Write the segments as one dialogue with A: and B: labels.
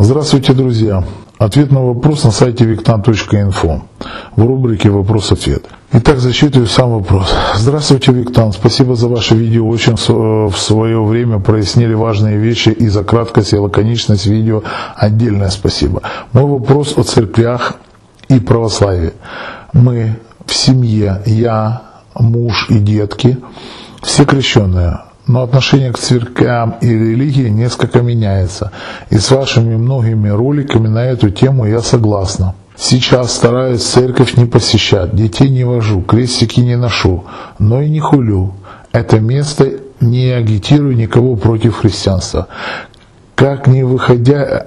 A: Здравствуйте, друзья! Ответ на вопрос на сайте виктан.инфо в рубрике «Вопрос-ответ». Итак, зачитываю сам вопрос. Здравствуйте, Виктан. Спасибо за ваше видео. Очень в свое время прояснили важные вещи, и за краткость и лаконичность видео отдельное спасибо. Мой вопрос о церквях и православии. Мы в семье, я, муж и детки, все крещенные. Но отношение к церквям и религии несколько меняется. И с вашими многими роликами на эту тему я согласна. Сейчас стараюсь церковь не посещать, детей не вожу, крестики не ношу, но и не хулю. Это место не агитирую никого против христианства. Как не выходя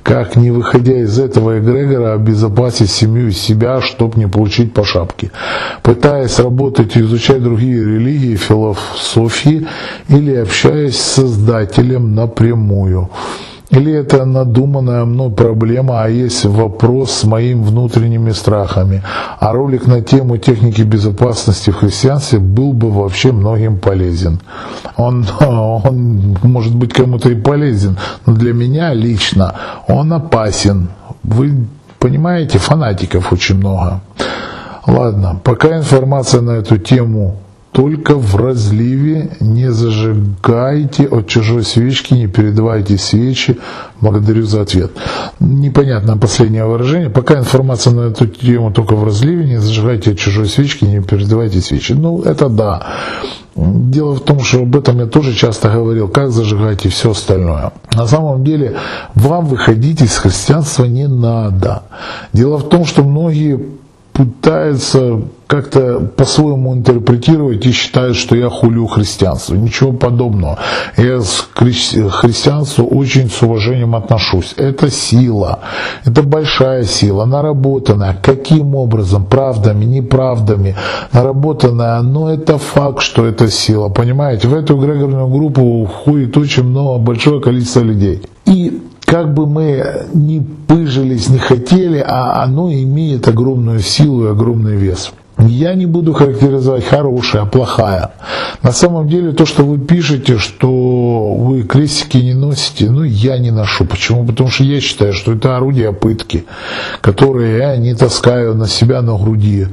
A: из этого эгрегора обезопасить семью и себя, чтобы не получить по шапке. Пытаясь работать и изучать другие религии, философии, или общаясь с Создателем напрямую. Или это надуманная мной проблема, а есть вопрос с моими внутренними страхами. А ролик на тему техники безопасности в христианстве был бы вообще многим полезен. Он может быть кому-то и полезен, но для меня лично он опасен. Вы понимаете, фанатиков очень много. Ладно, пока информация на эту тему только в разливе, не зажигайте от чужой свечки, не передавайте свечи. Благодарю за ответ. Непонятное последнее выражение. Пока информация на эту тему только в разливе, не зажигайте от чужой свечки, не передавайте свечи. Ну, это да. Дело в том, что об этом я тоже часто говорил, как зажигать и все остальное. На самом деле, вам выходить из христианства не надо. Дело в том, что многие пытаются как-то по-своему интерпретировать и считают, что я хулю христианство. Ничего подобного. Я к христианству очень с уважением отношусь. Это сила. Это большая сила, наработанная. Каким образом? Правдами, неправдами. Наработанная, но это факт, что это сила. Понимаете? В эту эгрегорную группу входит очень большое количество людей. И как бы мы ни пыжились, не хотели, а оно имеет огромную силу и огромный вес. Я не буду характеризовать хорошая, плохая. На самом деле то, что вы пишете, что вы крестики не носите, я не ношу. Почему? Потому что я считаю, что это орудие пытки, которые я не таскаю на себя на груди.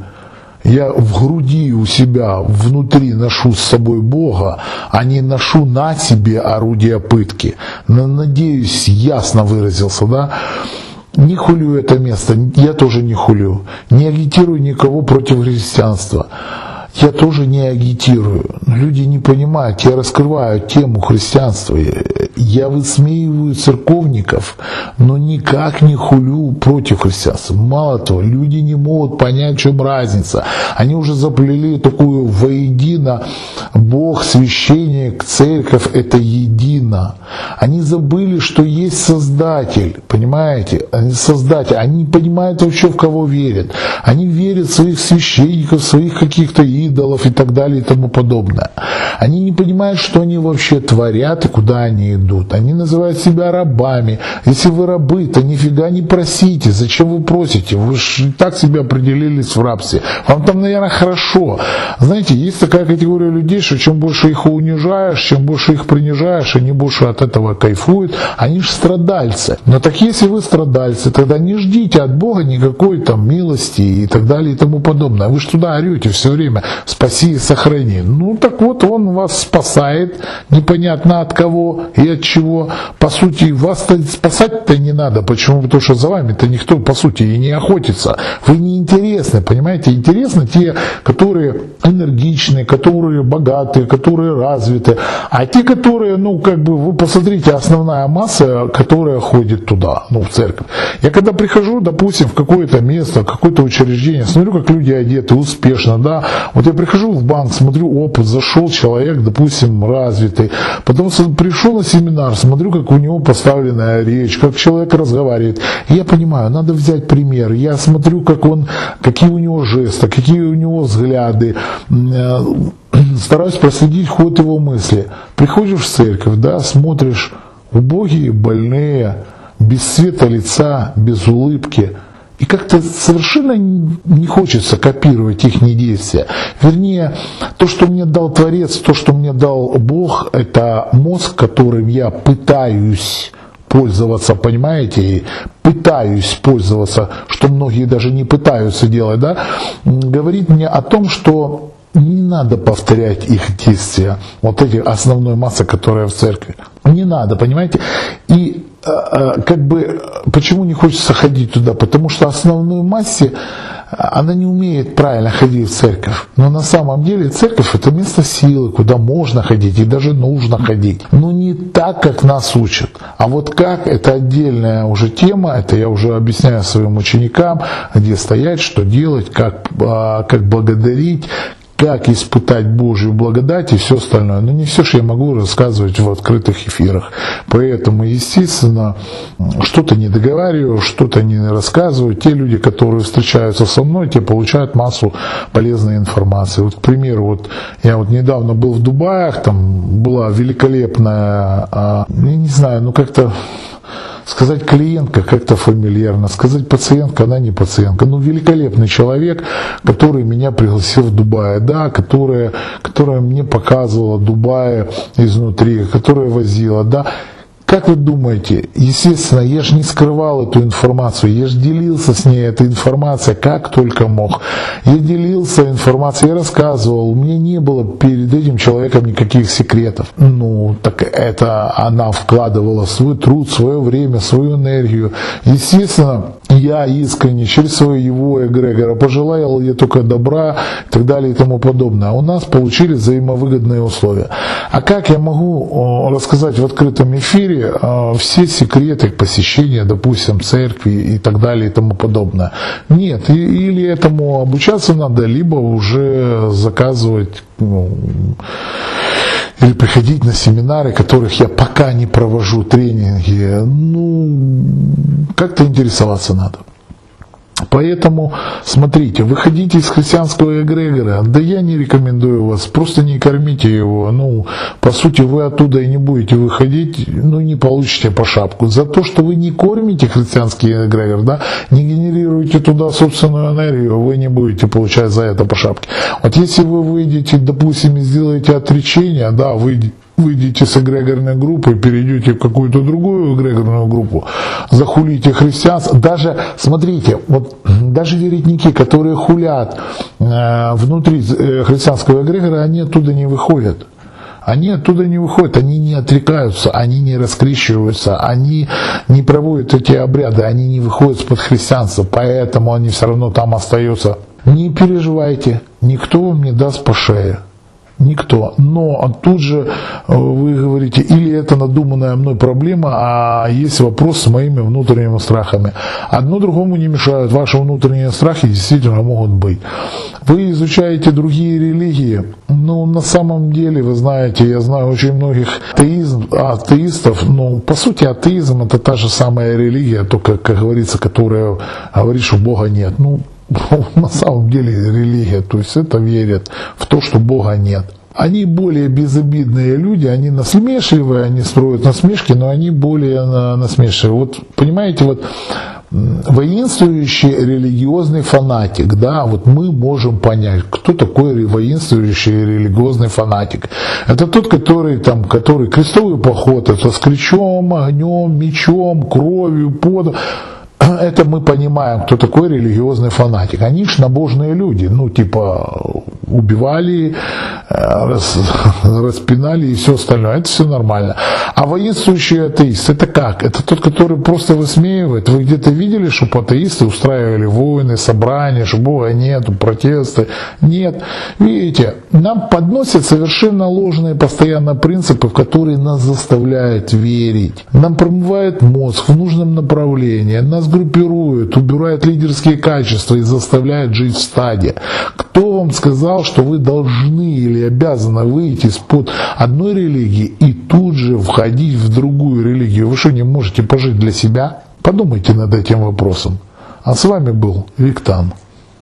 A: Я в груди у себя внутри ношу с собой Бога, а не ношу на себе орудия пытки. Надеюсь, ясно выразился, да? Не хулю это место, я тоже не хулю. Не агитирую никого против христианства. Я тоже не агитирую. Люди не понимают, я раскрываю тему христианства. Я высмеиваю церковников, но никак не хулю против христианства. Мало того, люди не могут понять, в чем разница. Они уже заплели такую воедино: Бог, священник, церковь — это едино. Они забыли, что есть Создатель, понимаете? Создатель. Они не понимают вообще, в кого верят. Они верят в своих священников, в своих каких-то идолов и так далее и тому подобное. Они не понимают, что они вообще творят и куда они идут. Они называют себя рабами. Если вы рабы, то нифига не просите. Зачем вы просите? Вы же и так себя определились в рабстве. Вам там, наверное, хорошо. Знаете, есть такая категория людей, что чем больше их унижаешь, чем больше их принижаешь, они больше от этого кайфуют. Они же страдальцы. Но так если вы страдальцы, тогда не ждите от Бога никакой там милости и так далее и тому подобное. Вы же туда орете все время: спаси и сохрани. Так вот, он вас спасает, непонятно от кого и от чего. По сути, вас спасать-то не надо. Почему? Потому что за вами-то никто, по сути, и не охотится. Вы не интересны, понимаете? Интересны те, которые энергичные, которые богатые, которые развиты. А те, которые, вы посмотрите, основная масса, которая ходит туда, в церковь. Я когда прихожу, допустим, в какое-то место, в какое-то учреждение, смотрю, как люди одеты успешно, да. Вот я прихожу в банк, смотрю опыт, зашел человек, допустим, развитый. Потом пришел на семинар, смотрю, как у него поставленная речь, как человек разговаривает. И я понимаю, надо взять пример. Я смотрю, какие у него жесты, какие у него взгляды. Стараюсь проследить ход его мысли. Приходишь в церковь, да, смотришь: убогие, больные, без цвета лица, без улыбки. И как-то совершенно не хочется копировать их действия. Вернее, то, что мне дал Творец, то, что мне дал Бог, это мозг, которым я пытаюсь пользоваться, понимаете, и пытаюсь пользоваться, что многие даже не пытаются делать, да, говорит мне о том, что не надо повторять их действия, вот эти основной массы, которая в церкви. Не надо, понимаете? И как бы почему не хочется ходить туда? Потому что основной массе она не умеет правильно ходить в церковь. Но на самом деле церковь — это место силы, куда можно ходить и даже нужно ходить. Но не так, как нас учат. А вот как — это отдельная уже тема, это я уже объясняю своим ученикам, где стоять, что делать, как благодарить, как испытать Божью благодать и все остальное. Но не все же я могу рассказывать в открытых эфирах. Поэтому, естественно, что-то не договариваю, что-то не рассказываю. Те люди, которые встречаются со мной, те получают массу полезной информации. Вот, к примеру, вот я вот недавно был в Дубаях, там была великолепная, я не знаю, ну как-то сказать клиентка как-то фамильярно, сказать пациентка, она не пациентка. Ну, великолепный человек, который меня пригласил в Дубай, да, которая мне показывала Дубай изнутри, которая возила, да. Как вы думаете, естественно, я же не скрывал эту информацию, я же делился с ней этой информацией как только мог. Я делился информацией, я рассказывал, у меня не было перед этим человеком никаких секретов. Ну, так это она вкладывала свой труд, свое время, свою энергию. Естественно, я искренне через своего эгрегора пожелал ей только добра и так далее и тому подобное. А у нас получились взаимовыгодные условия. А как я могу рассказать в открытом эфире все секреты посещения, допустим, церкви и так далее и тому подобное? Нет, или этому обучаться надо, либо уже заказывать, или приходить на семинары, которых я пока не провожу, тренинги. Ну, как-то интересоваться надо. Поэтому, смотрите, выходите из христианского эгрегора, да я не рекомендую вас, просто не кормите его, ну, по сути, вы оттуда и не будете выходить, ну, не получите по шапку. За то, что вы не кормите христианский эгрегор, да, не генерируете туда собственную энергию, вы не будете получать за это по шапке. Вот если вы выйдете, допустим, и сделаете отречение, да, выйдете с эгрегорной группы, перейдете в какую-то другую эгрегорную группу, захулите христианство. Даже, смотрите, вот даже еретники, которые хулят внутри христианского эгрегора, они оттуда не выходят. Они оттуда не выходят, они не отрекаются, они не раскрещиваются, они не проводят эти обряды, они не выходят из-под христианства, поэтому они все равно там остаются. Не переживайте, никто вам не даст по шее. Никто. Но тут же вы говорите, или это надуманная мной проблема, а есть вопрос с моими внутренними страхами. Одно другому не мешает. Ваши внутренние страхи действительно могут быть. Вы изучаете другие религии. Ну, на самом деле, вы знаете, я знаю очень многих атеистов. Ну, по сути, атеизм — это та же самая религия, только, как говорится, которая говорит, что Бога нет. Ну, на самом деле религия, то есть это верят в то, что Бога нет. Они более безобидные люди, они насмешливые, они строят насмешки, но они более насмешливые. Вот понимаете, вот воинствующий религиозный фанатик, да, вот мы можем понять, кто такой воинствующий религиозный фанатик. Это тот, который крестовый поход, это с кричом, огнем, мечом, кровью, потом. Это мы понимаем, кто такой религиозный фанатик. Они ж набожные люди, ну типа убивали, распинали и все остальное. Это все нормально. А воинствующий атеист — это как? Это тот, который просто высмеивает. Вы где-то видели, что атеисты устраивали войны, собрания, что Бога нету, протесты? Нет. Видите, нам подносят совершенно ложные постоянно принципы, в которые нас заставляют верить. Нам промывают мозг в нужном направлении, нас группируют, убирают лидерские качества и заставляют жить в стаде. Кто вам сказал, что вы должны или обязаны выйти из-под одной религии и тут же входить в другую религию? Вы что, не можете пожить для себя? Подумайте над этим вопросом. А с вами был Виктан.